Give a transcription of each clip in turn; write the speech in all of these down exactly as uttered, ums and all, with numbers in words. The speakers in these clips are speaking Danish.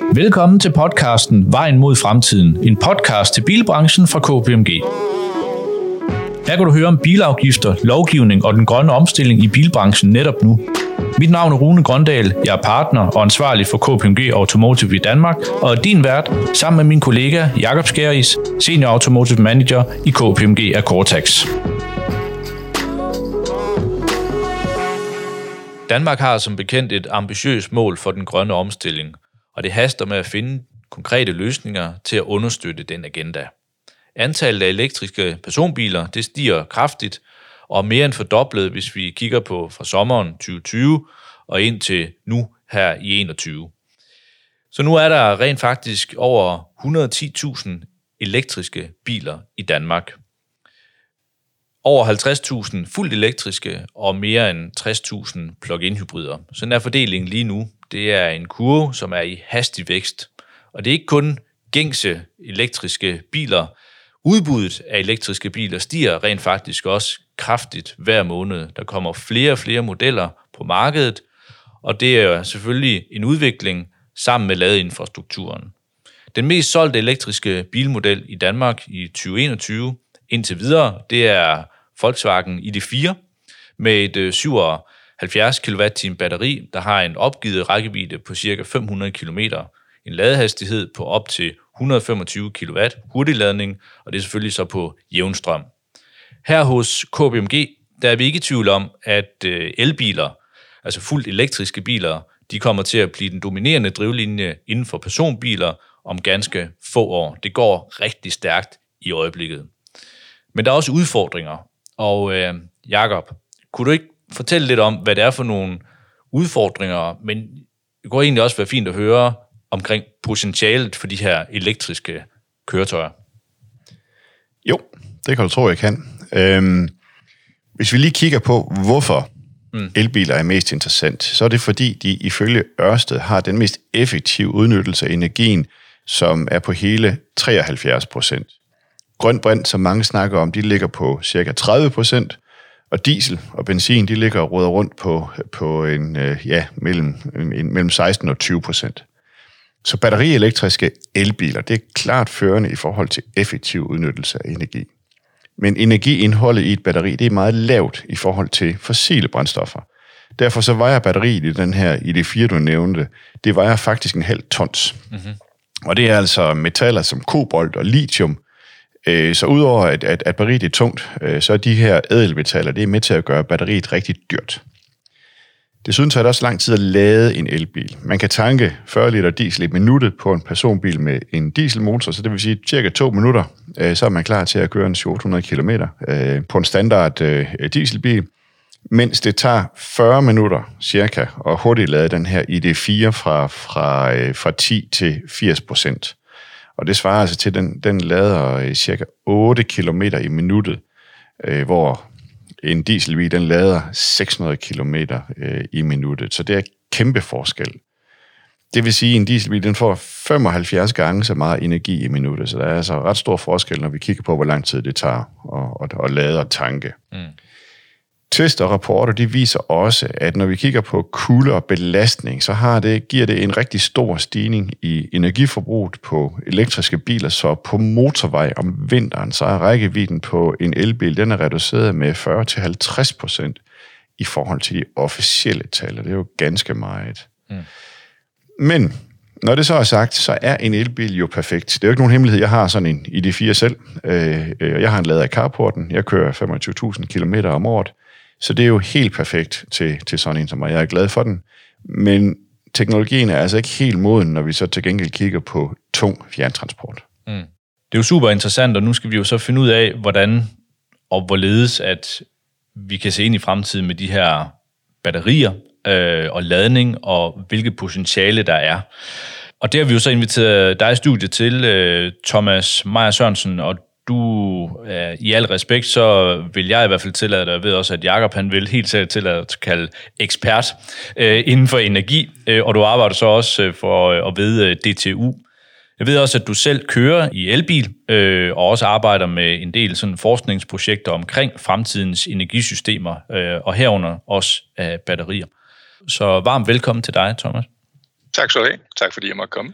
Velkommen til podcasten Vejen mod fremtiden, en podcast til bilbranchen fra K P M G. Her kan du høre om bilafgifter, lovgivning og den grønne omstilling i bilbranchen netop nu. Mit navn er Rune Grøndal, jeg er partner og ansvarlig for K P M G Automotive i Danmark, og er din vært sammen med min kollega Jakob Skæris, Senior Automotive Manager i K P M G af Cortex. Danmark har som bekendt et ambitiøst mål for den grønne omstilling, og det haster med at finde konkrete løsninger til at understøtte den agenda. Antallet af elektriske personbiler det stiger kraftigt og mere end fordoblet, hvis vi kigger på fra sommeren tyve tyve og ind til nu her i enogtyve. Så nu er der rent faktisk over et hundrede og ti tusind elektriske biler i Danmark. Over halvtreds tusind fuldt elektriske og mere end tres tusind plug-in hybrider. Sådan er fordelingen lige nu. Det er en kurve, som er i hastig vækst. Og det er ikke kun gængse elektriske biler. Udbuddet af elektriske biler stiger rent faktisk også kraftigt hver måned. Der kommer flere og flere modeller på markedet, og det er selvfølgelig en udvikling sammen med ladeinfrastrukturen. Den mest solgte elektriske bilmodel i Danmark i tyve enogtyve indtil videre, det er Volkswagen I D fire med et syvoghalvfjerds kilowatt-time batteri, der har en opgivet rækkevidde på ca. fem hundrede kilometer, en ladehastighed på op til et hundrede og femogtyve kilowatt hurtigladning, og det er selvfølgelig så på jævnstrøm. Her hos K P M G, der er vi ikke i tvivl om, at elbiler, altså fuldt elektriske biler, de kommer til at blive den dominerende drivlinje inden for personbiler om ganske få år. Det går rigtig stærkt i øjeblikket. Men der er også udfordringer, og øh, Jakob, kunne du ikke fortælle lidt om, hvad det er for nogle udfordringer, men det kunne egentlig også være fint at høre omkring potentialet for de her elektriske køretøjer? Jo, det kan du tro, jeg kan. Øhm, hvis vi lige kigger på, hvorfor mm. elbiler er mest interessant, så er det fordi, de ifølge Ørsted har den mest effektive udnyttelse af energien, som er på hele treoghalvfjerds procent. Grøn brint, som mange snakker om, de ligger på cirka tredive procent, og diesel og benzin, de ligger og råder rundt på, på en, ja, mellem, en, mellem seksten og tyve procent. Så batterielektriske elbiler, det er klart førende i forhold til effektiv udnyttelse af energi. Men energiindholdet i et batteri, det er meget lavt i forhold til fossile brændstoffer. Derfor så vejer batteriet i den her I D fire, du nævnte, det vejer faktisk en halv tons. Mm-hmm. Og det er altså metaller som kobolt og lithium. Så udover at, at, at batteriet er tungt, så er de her ædelmetaller, det er med til at gøre batteriet rigtig dyrt. Desuden tager det også lang tid at lade en elbil. Man kan tanke fyrre liter diesel i minuttet på en personbil med en dieselmotor, så det vil sige cirka to minutter, så er man klar til at køre en syv hundrede kilometer på en standard dieselbil, mens det tager fyrre minutter cirka at hurtigt lade den her I D fire fra, fra, fra ti til firs procent. Og det svarer altså til, at den, den lader cirka otte kilometer i minuttet, hvor en dieselbil, den lader seks hundrede kilometer øh, i minuttet, så det er en kæmpe forskel. Det vil sige, at en dieselbil, den får femoghalvfjerds gange så meget energi i minuttet, så der er altså ret stor forskel, når vi kigger på, hvor lang tid det tager at, at, at lade og tanke. Mm. Test og rapporter, de viser også, at når vi kigger på kulde og belastning, så har det, giver det en rigtig stor stigning i energiforbruget på elektriske biler, så på motorvej om vinteren, så er rækkevidden på en elbil, den er reduceret med fyrre til halvtreds procent i forhold til de officielle tal, og det er jo ganske meget. Mm. Men når det så er sagt, så er en elbil jo perfekt. Det er jo ikke nogen hemmelighed. Jeg har sådan en I D fire selv, og jeg har en lader i carporten. Jeg kører femogtyve tusind kilometer om året. Så det er jo helt perfekt til, til sådan en som mig. Jeg er glad for den. Men teknologien er altså ikke helt moden, når vi så til gengæld kigger på tung fjerntransport. Mm. Det er jo super interessant, og nu skal vi jo så finde ud af, hvordan og hvorledes, at vi kan se ind i fremtiden med de her batterier øh, og ladning, og hvilket potentiale der er. Og det har vi jo så inviteret dig i studiet til, øh, Thomas Meyer Sørensen, og du, øh, i al respekt, så vil jeg i hvert fald tillade dig, jeg ved også, at Jakob han vil helt sikkert tillade dig at kalde ekspert øh, inden for energi, øh, og du arbejder så også for øh, at ved D T U. Jeg ved også, at du selv kører i elbil, øh, og også arbejder med en del sådan forskningsprojekter omkring fremtidens energisystemer, øh, og herunder også af batterier. Så varmt velkommen til dig, Thomas. Tak skal du have. Tak fordi jeg måtte komme.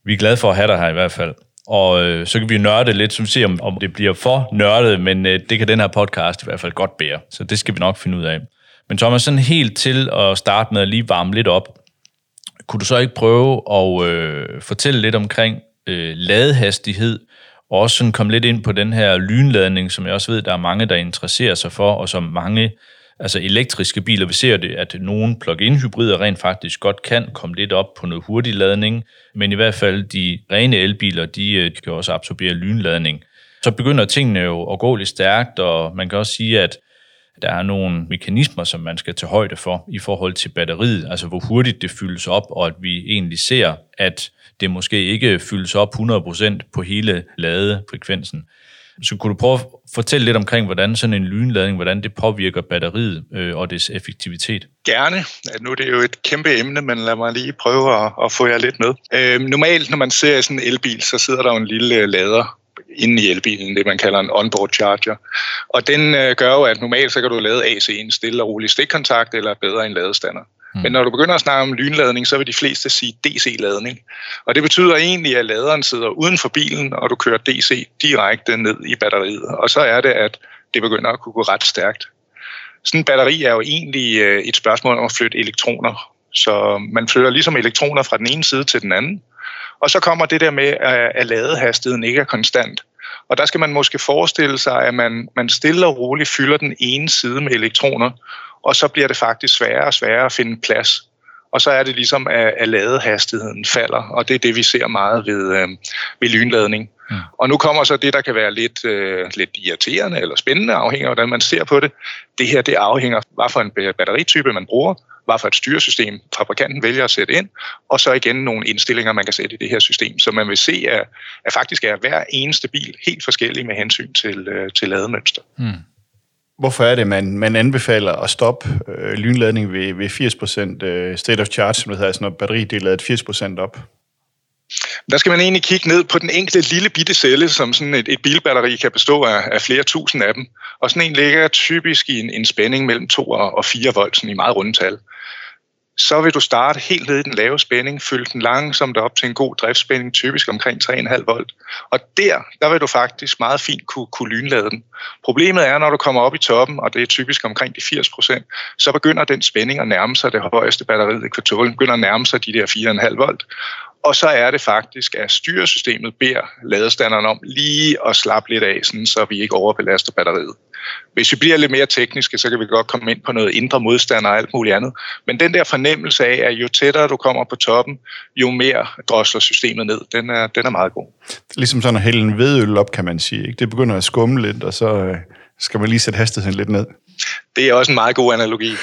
Vi er glade for at have dig her i hvert fald. Og øh, så kan vi nørde lidt, så vi ser, om, om det bliver for nørdet, men øh, det kan den her podcast i hvert fald godt bære. Så det skal vi nok finde ud af. Men Thomas, sådan helt til at starte med at lige varme lidt op, kunne du så ikke prøve at øh, fortælle lidt omkring øh, ladehastighed, og også sådan komme lidt ind på den her lynladning, som jeg også ved, der er mange, der interesserer sig for, og som mange altså elektriske biler, vi ser det, at nogle plug-in hybrider rent faktisk godt kan komme lidt op på noget hurtig ladning, men i hvert fald de rene elbiler, de, de kan også absorbere lynladning. Så begynder tingene jo at gå lidt stærkt, og man kan også sige, at der er nogle mekanismer, som man skal tage højde for i forhold til batteriet, altså hvor hurtigt det fyldes op, og at vi egentlig ser, at det måske ikke fyldes op hundrede procent på hele ladefrekvensen. Så kunne du prøve at fortælle lidt omkring, hvordan sådan en lynladning, hvordan det påvirker batteriet øh, og dets effektivitet? Gerne. Nu er det jo et kæmpe emne, men lad mig lige prøve at, at få jer lidt med. Øh, normalt, når man ser sådan en elbil, så sidder der jo en lille lader inde i elbilen, det man kalder en onboard charger. Og den øh, gør jo, at normalt så kan du lade A C'en stille og rolig stikkontakt eller bedre en ladestander. Mm. Men når du begynder at snakke om lynladning, så vil de fleste sige D C-ladning. Og det betyder egentlig, at laderen sidder uden for bilen, og du kører D C direkte ned i batteriet. Og så er det, at det begynder at kunne gå ret stærkt. Sådan en batteri er jo egentlig et spørgsmål om at flytte elektroner. Så man flytter ligesom elektroner fra den ene side til den anden. Og så kommer det der med, at ladehastigheden ikke er konstant. Og der skal man måske forestille sig, at man, man stille og roligt fylder den ene side med elektroner, og så bliver det faktisk sværere og sværere at finde plads. Og så er det ligesom, at, at ladehastigheden falder, og det er det, vi ser meget ved, øh, ved lynladning. Mm. Og nu kommer så det, der kan være lidt, øh, lidt irriterende eller spændende, afhængig af hvordan man ser på det. Det her, det afhænger, hvad for en batteritype man bruger, hvad for et styresystem fabrikanten vælger at sætte ind, og så igen nogle indstillinger, man kan sætte i det her system. Så man vil se, at, at faktisk er hver eneste bil helt forskellig med hensyn til, øh, til lademønster. Mm. Hvorfor er det, man, man anbefaler at stoppe øh, lynladning ved, ved firs procent øh, state of charge, som det hedder, altså når batteriet er ladet firs procent op? Der skal man egentlig kigge ned på den enkelte lille bitte celle, som sådan et, et bilbatteri kan bestå af, af flere tusind af dem. Og sådan en ligger typisk i en, en spænding mellem to og fire volt, sådan i meget runde tal. Så vil du starte helt ned i den lave spænding, fylde den langsomt op til en god driftsspænding, typisk omkring tre komma fem volt. Og der, der vil du faktisk meget fint kunne, kunne lynlade den. Problemet er, når du kommer op i toppen, og det er typisk omkring de firs procent, så begynder den spænding at nærme sig det højeste batteriet i kvartalen, begynder at nærme sig de der fire komma fem volt. Og så er det faktisk, at styresystemet beder ladestanderen om lige at slappe lidt af, sådan, så vi ikke overbelaster batteriet. Hvis vi bliver lidt mere tekniske, så kan vi godt komme ind på noget indre modstand og alt muligt andet. Men den der fornemmelse af, at jo tættere du kommer på toppen, jo mere drosler systemet ned, den er, den er meget god. Ligesom sådan at hælde en hvedøl op, kan man sige. Ikke? Det begynder at skumme lidt, og så øh, skal man lige sætte hastigheden lidt ned. Det er også en meget god analogi.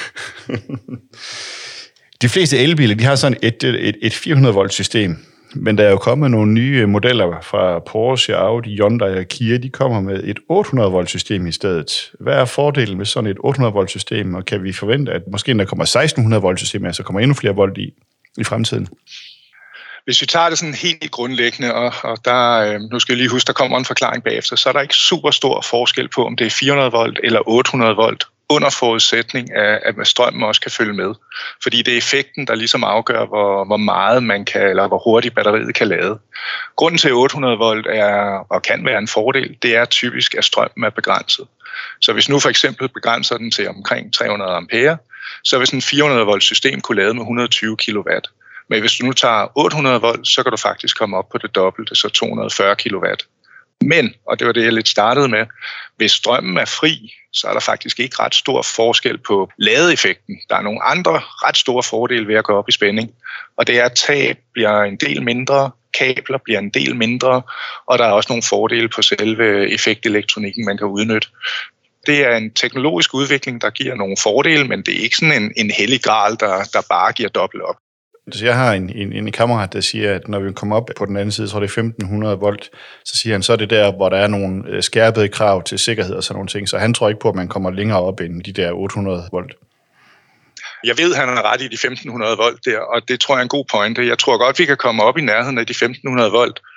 De fleste elbiler, de har sådan et, et, et fire hundrede volt system, men der er jo kommet nogle nye modeller fra Porsche, Audi, Hyundai og Kia, de kommer med et otte hundrede volt system i stedet. Hvad er fordelen med sådan et otte hundrede volt system, og kan vi forvente, at måske der kommer seksten hundrede volt system, altså kommer endnu flere volt i, i fremtiden? Hvis vi tager det sådan helt grundlæggende, og, og der, nu skal jeg lige huske, der kommer en forklaring bagefter, så er der ikke super stor forskel på, om det er fire hundrede volt eller otte hundrede volt, under forudsætning af, at strømmen også kan følge med. Fordi det er effekten, der ligesom afgør, hvor, hvor meget man kan, eller hvor hurtigt batteriet kan lade. Grunden til otte hundrede volt er, og kan være en fordel, det er typisk, at strømmen er begrænset. Så hvis nu for eksempel begrænser den til omkring tre hundrede ampere, så vil sådan en fire hundrede volt system kunne lade med et hundrede og tyve kilowatt. Men hvis du nu tager otte hundrede volt, så kan du faktisk komme op på det dobbelte, så to hundrede og fyrre kilowatt. Men, og det var det, jeg lidt startede med, hvis strømmen er fri, så er der faktisk ikke ret stor forskel på ladeeffekten. Der er nogle andre ret store fordele ved at gå op i spænding, og det er, at tab bliver en del mindre, kabler bliver en del mindre, og der er også nogle fordele på selve effektelektronikken, man kan udnytte. Det er en teknologisk udvikling, der giver nogle fordele, men det er ikke sådan en, en hellig gral, der, der bare giver dobbelt op. Så jeg har en, en, en kammerat, der siger, at når vi kommer op på den anden side, så er det femten hundrede volt, så siger han, så er det der, hvor der er nogle skærpede krav til sikkerhed og sådan nogle ting, så han tror ikke på, at man kommer længere op end de der otte hundrede volt. Jeg ved, han har ret i de femten hundrede volt der, og det tror jeg er en god pointe. Jeg tror godt, vi kan komme op i nærheden af de femten hundrede volt,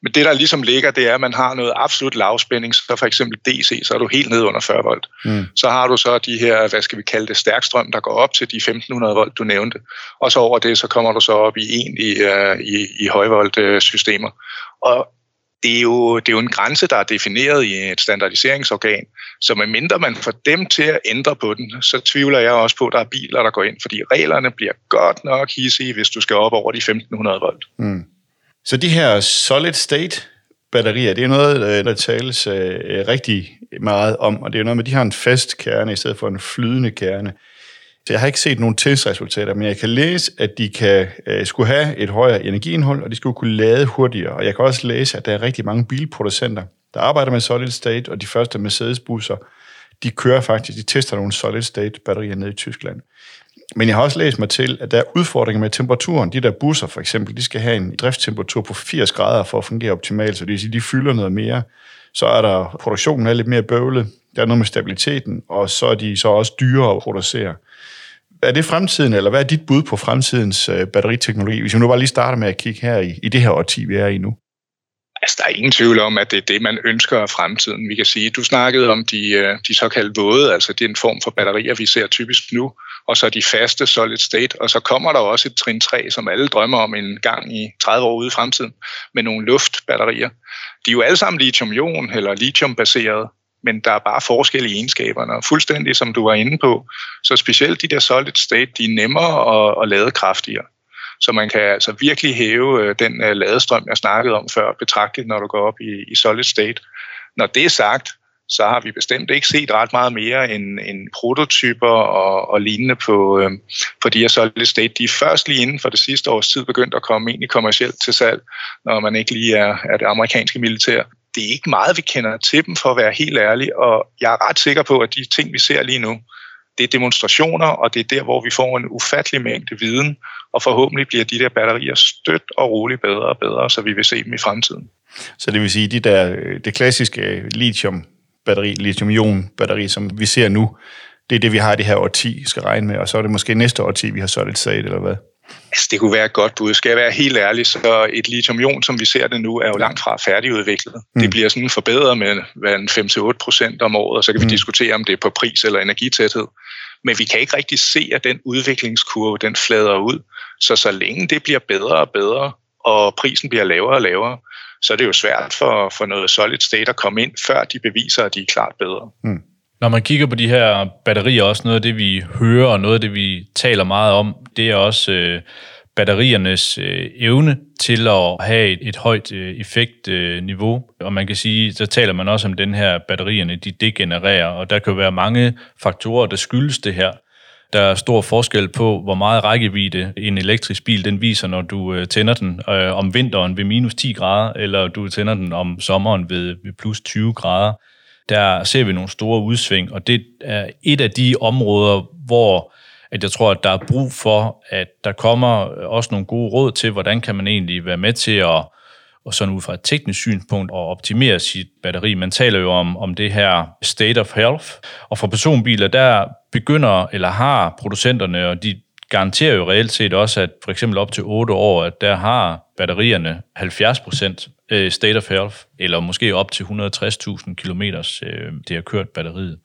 Men det, der ligesom ligger, det er, at man har noget absolut lavspænding, så for eksempel D C, så er du helt ned under fyrre volt. Mm. Så har du så de her, hvad skal vi kalde det, stærkstrøm, der går op til de femten hundrede volt, du nævnte. Og så over det, så kommer du så op i egentlige uh, i, i højvolt-systemer. Og det er, jo, det er jo en grænse, der er defineret i et standardiseringsorgan, så medmindre man får dem til at ændre på den, så tvivler jeg også på, at der er biler, der går ind, fordi reglerne bliver godt nok hissige, hvis du skal op over de femten hundrede volt. Mm. Så de her solid-state-batterier, det er noget, der tales øh, rigtig meget om, og det er noget med, at de har en fast kerne i stedet for en flydende kerne. Så jeg har ikke set nogen testresultater, men jeg kan læse, at de kan øh, skulle have et højere energiindhold, og de skulle kunne lade hurtigere. Og jeg kan også læse, at der er rigtig mange bilproducenter, der arbejder med solid-state, og de første Mercedes-busser, de kører faktisk, de tester nogle solid-state-batterier nede i Tyskland. Men jeg har også læst mig til, at der er udfordringer med temperaturen. De der busser for eksempel, de skal have en driftstemperatur på firs grader for at fungere optimalt, så det vil sige, de fylder noget mere. Så er der produktionen er lidt mere bøvlet, der er noget med stabiliteten, og så er de så også dyrere at producere. Er det fremtiden, eller hvad er dit bud på fremtidens øh, batteriteknologi, hvis vi nu bare lige starter med at kigge her i, i det her årti, vi er i nu? Altså, der er ingen tvivl om, at det er det, man ønsker af fremtiden. Vi kan sige, du snakkede om de, de såkaldte våde, altså det er en form for batterier, vi ser typisk nu, og så de faste solid state, og så kommer der også et trin tre, som alle drømmer om en gang i tredive år ude i fremtiden, med nogle luftbatterier. De er jo alle sammen lithium-ion eller lithium-baseret, men der er bare forskellige egenskaberne, og fuldstændig som du var inde på, så specielt de der solid state, de er nemmere at, at lade kraftigere. Så man kan altså virkelig hæve den uh, ladestrøm, jeg snakkede om før, betragteligt, når du går op i, i solid state. Når det er sagt, så har vi bestemt ikke set ret meget mere end, end prototyper og, og lignende på, øh, på de her solid state. De er først lige inden for det sidste års tid begyndt at komme egentlig kommercielt til salg, når man ikke lige er, er det amerikanske militær. Det er ikke meget, vi kender til dem, for at være helt ærlig, og jeg er ret sikker på, at de ting, vi ser lige nu, det er demonstrationer, og det er der, hvor vi får en ufattelig mængde viden, og forhåbentlig bliver de der batterier stødt og roligt bedre og bedre, så vi vil se dem i fremtiden. Så det vil sige, de der, det klassiske lithium-batteri, lithium-ion-batteri, som vi ser nu, det er det, vi har i det her årti, skal regne med, og så er det måske næste årti, vi har solid state, eller hvad? Altså, det kunne være et godt bud. Skal jeg være helt ærlig, så et lithium-ion, som vi ser det nu, er jo langt fra færdigudviklet. Mm. Det bliver sådan forbedret med fem til otte procent om året, og så kan vi mm. diskutere, om det er på pris eller energitæthed. Men vi kan ikke rigtig se, at den udviklingskurve, den flader ud. Så så længe det bliver bedre og bedre, og prisen bliver lavere og lavere, så er det jo svært for, for noget solid state at komme ind, før de beviser, at de er klart bedre. Mm. Når man kigger på de her batterier, også noget af det, vi hører, og noget af det, vi taler meget om, det er også øh, batteriernes øh, evne til at have et, et højt øh, effektniveau. Øh, og man kan sige, så taler man også om den her batterierne, de degenererer, og der kan jo være mange faktorer, der skyldes det her. Der er stor forskel på, hvor meget rækkevidde en elektrisk bil den viser, når du øh, tænder den øh, om vinteren ved minus ti grader, eller du tænder den om sommeren ved, ved plus tyve grader. Der ser vi nogle store udsving, og det er et af de områder, hvor at jeg tror, at der er brug for, at der kommer også nogle gode råd til, hvordan kan man egentlig være med til at, og sådan ud fra et teknisk synspunkt, at optimere sit batteri. Man taler jo om, om det her state of health, og for personbiler, der begynder, eller har producenterne, og de garanterer jo reelt set også, at for eksempel op til otte år, at der har batterierne halvfjerds procent state of health, eller måske op til et hundrede og tres tusind kilometer, det har kørt batteriet.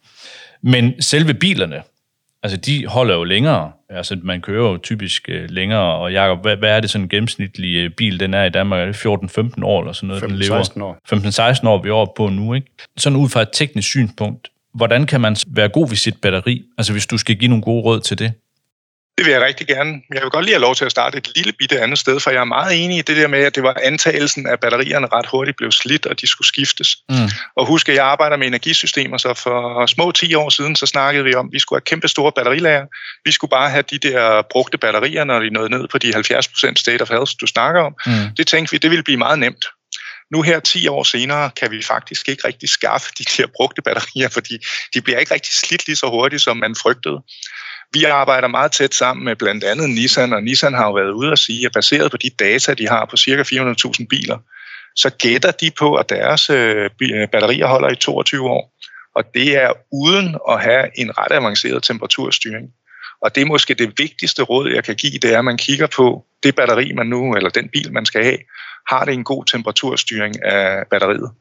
Men selve bilerne, altså de holder jo længere. Altså man kører jo typisk længere, og Jacob, hvad, hvad er det sådan en gennemsnitlig bil, den er i Danmark? Er det fjorten femten år eller sådan noget, femten seksten år. femten seksten år, vi er oppe på nu, ikke? Sådan ud fra et teknisk synspunkt, hvordan kan man være god ved sit batteri? Altså hvis du skal give nogle gode råd til det. Det vil jeg rigtig gerne. Jeg vil godt lige have lov til at starte et lille bitte andet sted, for jeg er meget enig i det der med, at det var antagelsen, at batterierne ret hurtigt blev slidt, og de skulle skiftes. Mm. Og husk, at jeg arbejder med energisystemer, så for små ti år siden, så snakkede vi om, at vi skulle have kæmpe store batterilager. Vi skulle bare have de der brugte batterier, når de nåede ned på de halvfjerds procent state of health, du snakker om. Mm. Det tænkte vi, det ville blive meget nemt. Nu her ti år senere kan vi faktisk ikke rigtig skaffe de der brugte batterier, fordi de bliver ikke rigtig slidt lige så hurtigt, som man frygtede. Vi arbejder meget tæt sammen med blandt andet Nissan, og Nissan har jo været ude at sige, at baseret på de data, de har på cirka fire hundrede tusind biler, så gætter de på, at deres batterier holder i toogtyve år. Og det er uden at have en ret avanceret temperaturstyring. Og det er måske det vigtigste råd, jeg kan give, det er, at man kigger på det batteri, man nu, eller den bil, man skal have, har det en god temperaturstyring af batteriet.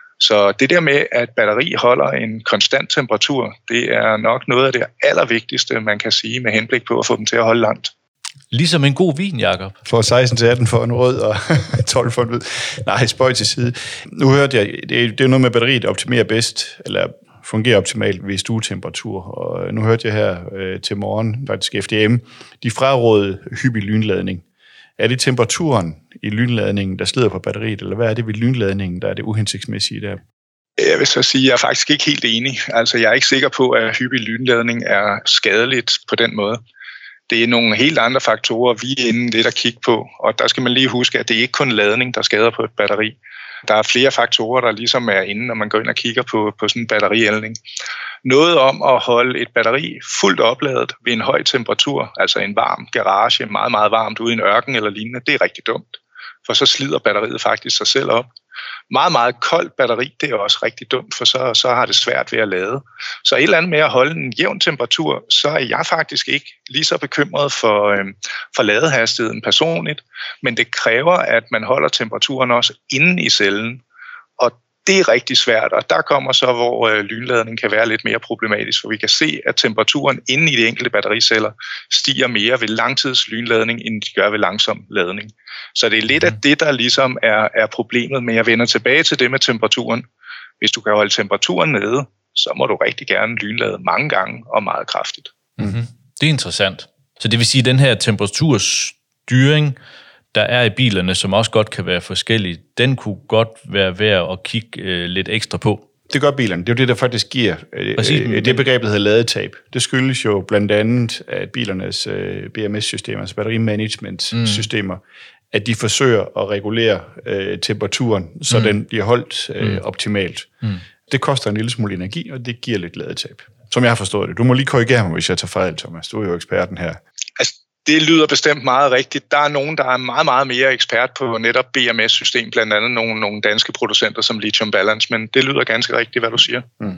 Så det der med, at batteri holder en konstant temperatur, det er nok noget af det allervigtigste, man kan sige med henblik på at få dem til at holde langt. Ligesom en god vin, Jakob. For seksten til atten for en rød og tolv for en hvid. Nej, spøj til side. Nu hørte jeg, det er, det er noget med batteriet optimerer bedst, eller fungerer optimalt ved stuetemperatur. Og nu hørte jeg her øh, til morgen, faktisk F D M, de frarådede hyppig lynladning. Er det temperaturen i lynladningen, der slider på batteriet, eller hvad er det ved lynladningen, der er det uhensigtsmæssige der? Jeg vil så sige, at jeg er faktisk ikke helt enig. Altså, jeg er ikke sikker på, at hyppig lynladning er skadeligt på den måde. Det er nogle helt andre faktorer, vi er inde lidt at kigge på, og der skal man lige huske, at det ikke kun ladning, der skader på et batteri. Der er flere faktorer, der ligesom er inde, når man går ind og kigger på, på sådan en batteriælning. Noget om at holde et batteri fuldt opladet ved en høj temperatur, altså en varm garage, meget, meget varmt ude i en ørken eller lignende, det er rigtig dumt, for så slider batteriet faktisk sig selv op. Meget, meget koldt batteri, det er også rigtig dumt, for så, så har det svært ved at lade. Så et eller andet med at holde en jævn temperatur, så er jeg faktisk ikke lige så bekymret for, øhm, for ladehastigheden personligt, men det kræver, at man holder temperaturen også inde i cellen, og det er rigtig svært, og der kommer så, hvor øh, lynladning kan være lidt mere problematisk, for vi kan se, at temperaturen inde i de enkelte battericeller stiger mere ved langtidslynladning, end de gør ved langsom ladning. Så det er lidt af det, der ligesom er, er problemet, men jeg vender tilbage til det med temperaturen. Hvis du kan holde temperaturen nede, så må du rigtig gerne lynlade mange gange og meget kraftigt. Mm-hmm. Det er interessant. Så det vil sige, at den her temperaturstyring, der er i bilerne, som også godt kan være forskellige, den kunne godt være værd at kigge øh, lidt ekstra på. Det gør bilerne. Det er jo det, der faktisk giver øh, øh, det begreb, der hedder ladetab. Det skyldes jo blandt andet, at bilernes øh, B M S-systemer, altså batterimanagement-systemer, mm. at de forsøger at regulere øh, temperaturen, så mm. den bliver holdt øh, mm. optimalt. Mm. Det koster en lille smule energi, og det giver lidt ladetab. Som jeg har forstået det. Du må lige korrigere mig, hvis jeg tager fejl, Thomas. Du er jo eksperten her. Altså, det lyder bestemt meget rigtigt. Der er nogen, der er meget, meget mere ekspert på netop B M S-system, blandt andet nogle, nogle danske producenter som Lithium Balance, men det lyder ganske rigtigt, hvad du siger. Mm.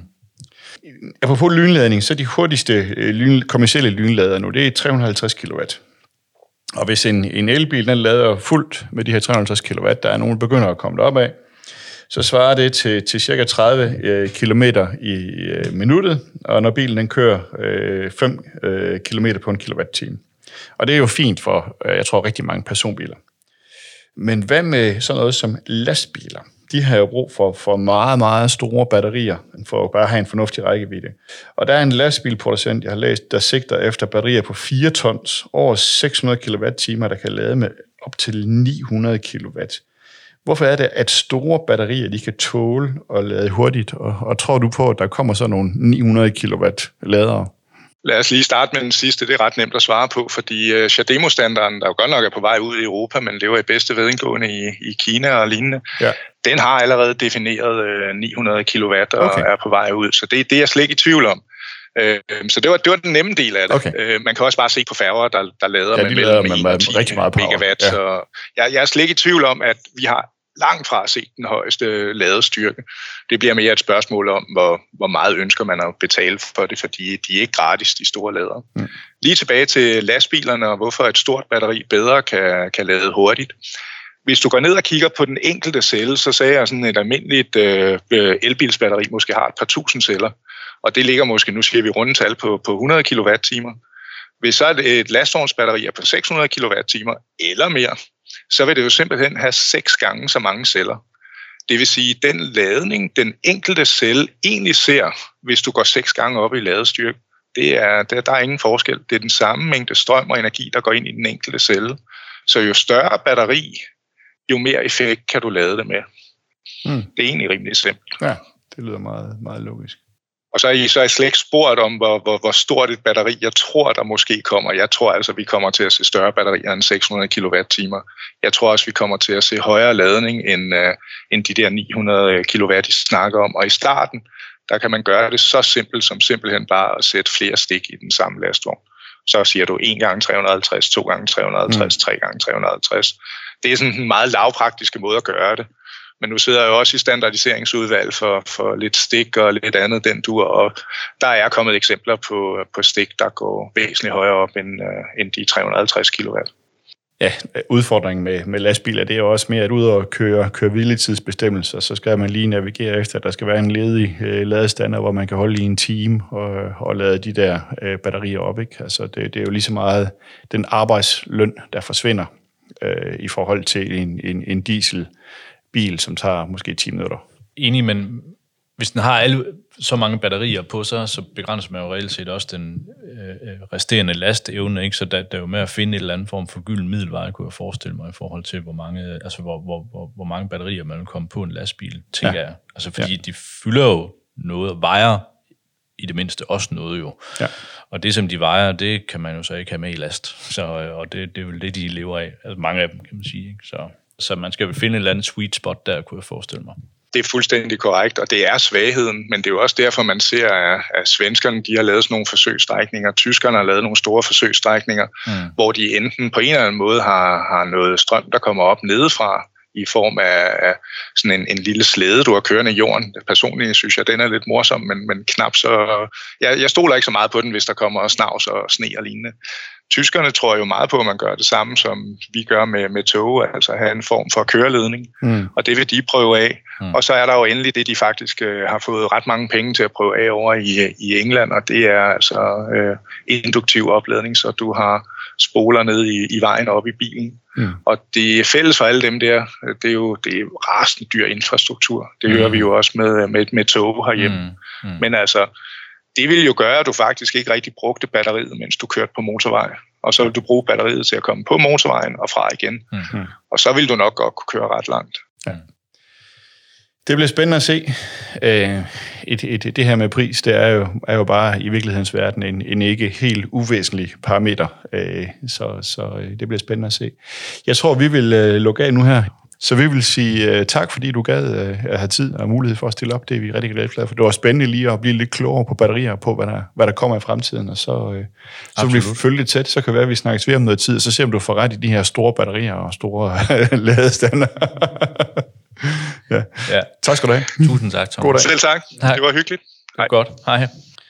Apropos lynladning, så de hurtigste lyn, kommercielle lynladere nu, det er tre hundrede og halvtreds kilowatt. Og hvis en, en elbil, den lader fuldt med de her tre hundrede og halvtreds kilowatt, der er nogen, der begynder at komme derop af, så svarer det til, til cirka tredive øh, kilometer i øh, minuttet, og når bilen den kører øh, fem øh, kilometer på en kilowatt-time. Og det er jo fint for, øh, jeg tror, rigtig mange personbiler. Men hvad med sådan noget som lastbiler? De har jo brug for, for meget, meget store batterier, for at bare have en fornuftig rækkevidde. Og der er en lastbilproducent, jeg har læst, der sigter efter batterier på fire tons, over seks hundrede kilowatt-timer, der kan lade med op til ni hundrede kilowatt. Hvorfor er det, at store batterier, de kan tåle at lade hurtigt? Og, og tror du på, at der kommer så nogle ni hundrede kilowatt ladere? Lad os lige starte med den sidste. Det er ret nemt at svare på, fordi CHAdeMO-standarden, der jo godt nok er på vej ud i Europa, men lever i bedste vedindgående i, i Kina og lignende, ja. Den har allerede defineret øh, ni hundrede kilowatt og okay. er på vej ud. Så det, det er jeg slet ikke i tvivl om. Øh, så det var, det var den nemme del af det. Okay. Øh, man kan også bare se på færger, der, der lader ja, med mellem en og ti megawatt. Ja. Så jeg, jeg er slet ikke i tvivl om, at vi har langt fra at se den højeste ladestyrke. Det bliver mere et spørgsmål om, hvor, hvor meget ønsker man at betale for det, fordi de er ikke gratis, de store ladere. Mm. Lige tilbage til lastbilerne, og hvorfor et stort batteri bedre kan, kan lade hurtigt. Hvis du går ned og kigger på den enkelte celle, så sagde jeg sådan et almindeligt øh, elbilsbatteri måske har et par tusind celler, og det ligger måske, nu siger vi rundetal på, på hundrede kilowatt-timer. Hvis så et, et lastvognsbatteri er på seks hundrede kilowatt-timer eller mere, så vil det jo simpelthen have seks gange så mange celler. Det vil sige, at den ladning, den enkelte celle egentlig ser, hvis du går seks gange op i ladestyrke, det er, der, der er ingen forskel. Det er den samme mængde strøm og energi, der går ind i den enkelte celle. Så jo større batteri, jo mere effekt kan du lade det med. Mm. Det er egentlig rimelig simpelt. Ja, det lyder meget, meget logisk. Og så er I, så er I slet ikke spurgt om, hvor, hvor, hvor stort et batteri, jeg tror, der måske kommer. Jeg tror altså, vi kommer til at se større batterier end seks hundrede kilowatt-timer. Jeg tror også, vi kommer til at se højere ladning end, uh, end de der ni hundrede kilowatt, I snakker om. Og i starten, der kan man gøre det så simpelt som simpelthen bare at sætte flere stik i den samme lastvogn. Så siger du en gange tre hundrede og halvtreds, to gange tre hundrede og halvtreds, mm. tre gange tre hundrede og halvtreds. Det er sådan en meget lavpraktiske måde at gøre det. Men nu sidder jeg jo også i standardiseringsudvalg for, for lidt stik og lidt andet den dur, og der er kommet eksempler på, på stik, der går væsentligt højere op end, end de tre hundrede og halvtreds kilowatt. Ja, udfordringen med, med lastbiler, det er jo også mere, at ud og køre, køre hviletidsbestemmelser, så skal man lige navigere efter, at der skal være en ledig øh, ladestander, hvor man kan holde i en time og, og lade de der øh, batterier op. Ikke? Altså, det, det er jo lige så meget den arbejdsløn, der forsvinder øh, i forhold til en, en, en dieselbil, som tager måske ti minutter. Enig, men hvis den har alle så mange batterier på sig, så begrænser man jo reelt set også den øh, resterende lasteevne, ikke? Så der, der er jo med at finde et eller andet form for gylden middelvej, kunne jeg forestille mig, i forhold til, hvor mange, altså hvor, hvor, hvor, hvor mange batterier man vil komme på en lastbil, tænker ja. jeg. Altså fordi ja. de fylder jo noget og vejer i det mindste også noget jo. Ja. Og det, som de vejer, det kan man jo så ikke have med i last. Så, og det, det er jo det, de lever af. Altså mange af dem, kan man sige. Ikke? Så, så man skal vel finde et eller andet sweet spot der, kunne jeg forestille mig. Det er fuldstændig korrekt, og det er svagheden, men det er jo også derfor, man ser, at svenskerne de har lavet sådan nogle forsøgsstrækninger, tyskerne har lavet nogle store forsøgsstrækninger, mm. hvor de enten på en eller anden måde har, har noget strøm, der kommer op nedefra, i form af, af sådan en, en lille slæde, du har kørende i jorden. Personligt synes jeg, den er lidt morsom, men, men knap så... Jeg, jeg stoler ikke så meget på den, hvis der kommer snavs og sne og lignende. Tyskerne tror jo meget på, at man gør det samme, som vi gør med, med tog, altså have en form for køreledning, mm. og det vil de prøve af. Mm. Og så er der jo endelig det, de faktisk øh, har fået ret mange penge til at prøve af over i, i England, og det er altså øh, induktiv opladning, så du har spoler ned i, i vejen op i bilen. Mm. Og det er fælles for alle dem der, det er jo det er rasende dyr infrastruktur. Det mm. hører vi jo også med, med, med tog herhjemme. Mm. Mm. Men altså, det vil jo gøre, at du faktisk ikke rigtig brugte batteriet, mens du kørte på motorvej. Og så vil du bruge batteriet til at komme på motorvejen og fra igen. Mm. Og så vil du nok godt kunne køre ret langt. Ja. Det bliver spændende at se. Et, et, det her med pris, det er jo, er jo bare i virkelighedens verden en, en ikke helt uvæsentlig parameter. Så, så det bliver spændende at se. Jeg tror, vi vil lukke af nu her. Så vi vil sige tak, fordi du gad at have tid og mulighed for at stille op. Det er vi rigtig glade for. Det var spændende lige at blive lidt klogere på batterier, på hvad der, hvad der kommer i fremtiden. Og så, så vil vi følge det tæt. Så kan det være, at vi snakkes ved om noget tid, og så ser om du får ret i de her store batterier og store ladestander. Ja. Ja. Tak skal du have. Tusind tak, Thomas. Selv tak. Hej. Det var hyggeligt. Det var godt. Hej.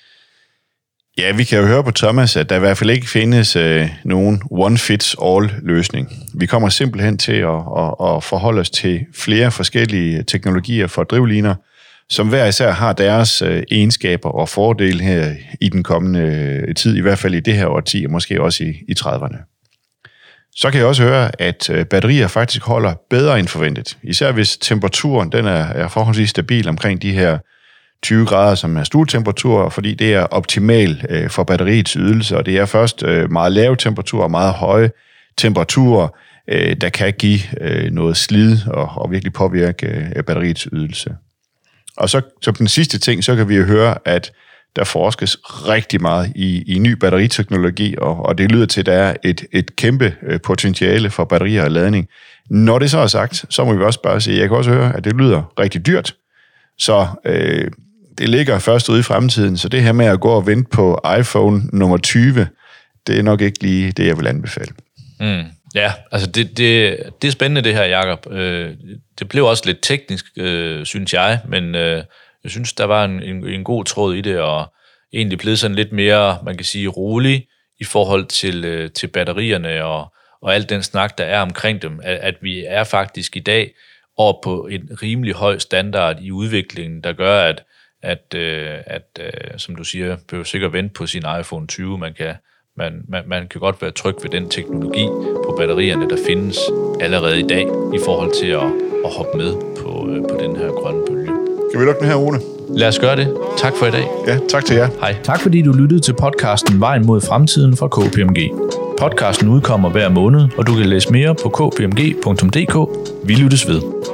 Ja, vi kan jo høre på Thomas, at der i hvert fald ikke findes øh, nogen one-fits-all-løsning. Vi kommer simpelthen til at, at, at forholde os til flere forskellige teknologier for drivliner, som hver især har deres øh, egenskaber og fordele her i den kommende tid, i hvert fald i det her årti, og måske også i, i trediverne. Så kan jeg også høre, at batterier faktisk holder bedre end forventet. Især hvis temperaturen den er, er forholdsvis stabil omkring de her tyve grader, som er stuetemperatur, fordi det er optimal øh, for batteriets ydelse, og det er først øh, meget lave temperaturer og meget høje temperaturer, øh, der kan give øh, noget slid og, og virkelig påvirke øh, batteriets ydelse. Og så som den sidste ting, så kan vi jo høre, at der forskes rigtig meget i, i ny batteriteknologi, og, og det lyder til, at der er et, et kæmpe potentiale for batterier og ladning. Når det så er sagt, så må vi også bare sige, jeg kan også høre, at det lyder rigtig dyrt, så øh, det ligger først ude i fremtiden, så det her med at gå og vente på iPhone nummer tyve, det er nok ikke lige det, jeg vil anbefale. Mm. Ja, altså det, det, det er spændende det her, Jakob. Det blev også lidt teknisk, synes jeg, men jeg synes, der var en, en, en god tråd i det, og egentlig blevet sådan lidt mere, man kan sige, rolig i forhold til, til batterierne og, og al den snak, der er omkring dem, at, at vi er faktisk i dag over på en rimelig høj standard i udviklingen, der gør, at, at, at, at som du siger, behøver sikkert vente på sin iPhone tyve, man kan Man, man, man kan godt være tryg ved den teknologi på batterierne, der findes allerede i dag, i forhold til at, at hoppe med på, på den her grønne bølge. Kan vi lukke den her, Rune? Lad os gøre det. Tak for i dag. Ja, tak til jer. Hej. Tak fordi du lyttede til podcasten Vejen mod fremtiden fra K P M G. Podcasten udkommer hver måned, og du kan læse mere på k p m g punktum d k. Vi lyttes ved.